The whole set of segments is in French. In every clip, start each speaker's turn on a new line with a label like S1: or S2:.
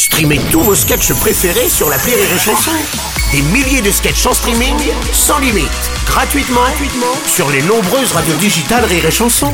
S1: Streamez tous vos sketchs préférés sur l'appli Rire et Chanson. Des milliers de sketchs en streaming, sans limite, gratuitement sur les nombreuses radios digitales Rire et Chanson.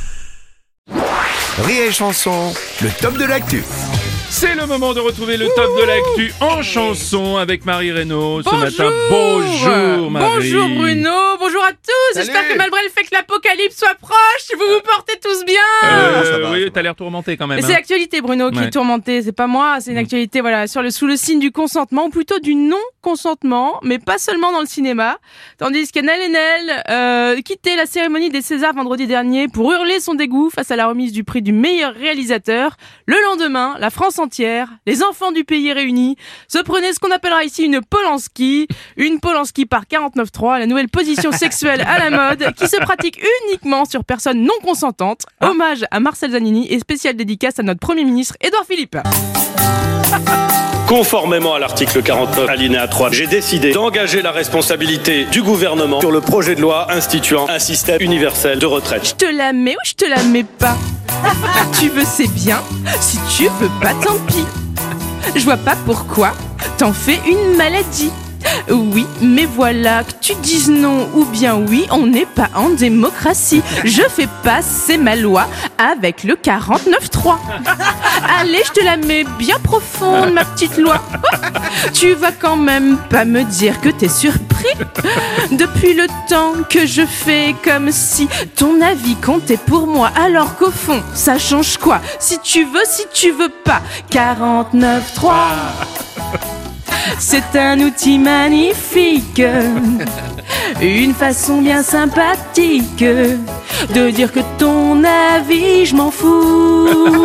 S2: Rire et Chanson, le top de l'actu.
S3: C'est le moment de retrouver le top de l'actu en chanson avec Marie Reynaud ce matin. Bonjour Marie.
S4: Bonjour Bruno, bonjour à tous.
S2: Salut.
S4: J'espère que malgré le fait que l'apocalypse soit proche, vous vous portez tous bien.
S3: Oui, t'as l'air tourmenté quand même.
S4: Mais c'est l'actualité Bruno qui est tourmentée, c'est pas moi, c'est une actualité sous le signe du consentement, ou plutôt du non-consentement, mais pas seulement dans le cinéma. Tandis qu'Annelle Haenel quittait la cérémonie des Césars vendredi dernier pour hurler son dégoût face à la remise du prix du meilleur réalisateur. Le lendemain, la France entière, les enfants du pays réunis, se prenaient ce qu'on appellera ici une Polanski par 49.3, la nouvelle position sexuelle à la mode qui se pratique uniquement sur personnes non consentantes. Hommage à Marcel Zanini et spéciale dédicace à notre Premier ministre Édouard Philippe.
S5: Conformément à l'article 49, alinéa 3, j'ai décidé d'engager la responsabilité du gouvernement sur le projet de loi instituant un système universel de retraite.
S4: Je te la mets ou je te la mets pas? Tu veux, c'est bien. Si tu veux pas, tant pis. Je vois pas pourquoi t'en fais une maladie. Oui, mais voilà, que tu dises non ou bien oui, on n'est pas en démocratie. Je fais passer ma loi avec le 49.3. Allez, je te la mets bien profonde, ma petite loi. Tu vas quand même pas me dire que t'es surpris. Depuis le temps que je fais comme si ton avis comptait pour moi, alors qu'au fond, ça change quoi? Si tu veux pas, 49.3. C'est un outil magnifique, une façon bien sympathique de dire que ton avis, je m'en fous.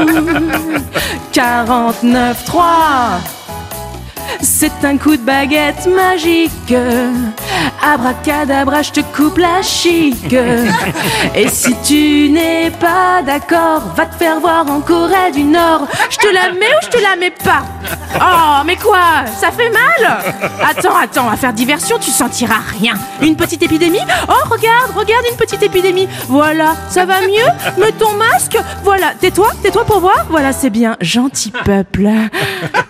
S4: 49.3, c'est un coup de baguette magique. Abracadabra, je te coupe la chic. Et si tu n'es pas d'accord, va te faire voir en Corée du Nord. Je te la mets ou je te la mets pas? Oh, mais quoi? Ça fait mal? Attends, à faire diversion, tu sentiras rien. Une petite épidémie? Oh, regarde une petite épidémie. Voilà, ça va mieux? Mets ton masque. Voilà, tais-toi pour voir. Voilà, c'est bien, gentil peuple.